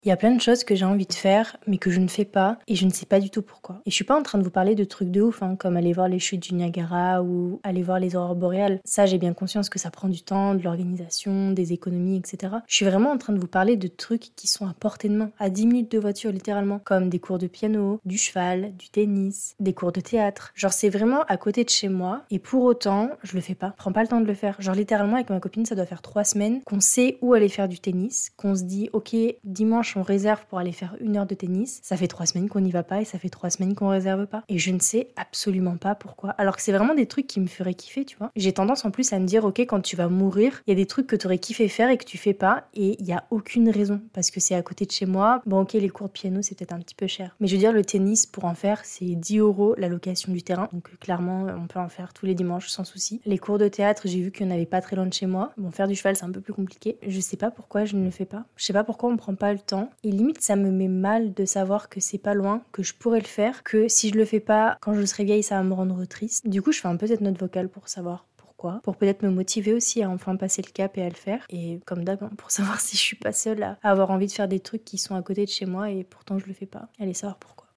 Il y a plein de choses que j'ai envie de faire, mais que je ne fais pas, et je ne sais pas du tout pourquoi. Et je suis pas en train de vous parler de trucs de ouf, comme aller voir les chutes du Niagara ou aller voir les aurores boréales. Ça, j'ai bien conscience que ça prend du temps, de l'organisation, des économies, etc. Je suis vraiment en train de vous parler de trucs qui sont à portée de main, à 10 minutes de voiture littéralement, comme des cours de piano, du cheval, du tennis, des cours de théâtre. Genre, c'est vraiment à côté de chez moi, et pour autant, je le fais pas. Je prends pas le temps de le faire. Genre, littéralement, avec ma copine, ça doit faire 3 semaines qu'on sait où aller faire du tennis, qu'on se dit, ok, dimanche, on réserve pour aller faire 1 heure de tennis. Ça fait 3 semaines qu'on n'y va pas et ça fait 3 semaines qu'on réserve pas. Et je ne sais absolument pas pourquoi. Alors que c'est vraiment des trucs qui me feraient kiffer, tu vois. J'ai tendance en plus à me dire, ok, quand tu vas mourir, il y a des trucs que tu aurais kiffé faire et que tu fais pas et il y a aucune raison parce que c'est à côté de chez moi. Bon, ok, les cours de piano, c'est peut-être un petit peu cher. Mais je veux dire, le tennis, pour en faire, c'est 10 € la location du terrain. Donc clairement, on peut en faire tous les dimanches sans souci. Les cours de théâtre, j'ai vu qu'il n'y en avait pas très loin de chez moi. Bon, faire du cheval, c'est un peu plus compliqué. Je sais pas pourquoi je ne le fais pas. Je sais pas pourquoi on prend pas le temps. Et limite, ça me met mal de savoir que c'est pas loin, que je pourrais le faire, que si je le fais pas, quand je serai vieille, ça va me rendre triste. Du coup, je fais un peu cette note vocale pour savoir pourquoi, pour peut-être me motiver aussi à enfin passer le cap et à le faire. Et comme d'hab, pour savoir si je suis pas seule à avoir envie de faire des trucs qui sont à côté de chez moi et pourtant je le fais pas. Allez savoir pourquoi.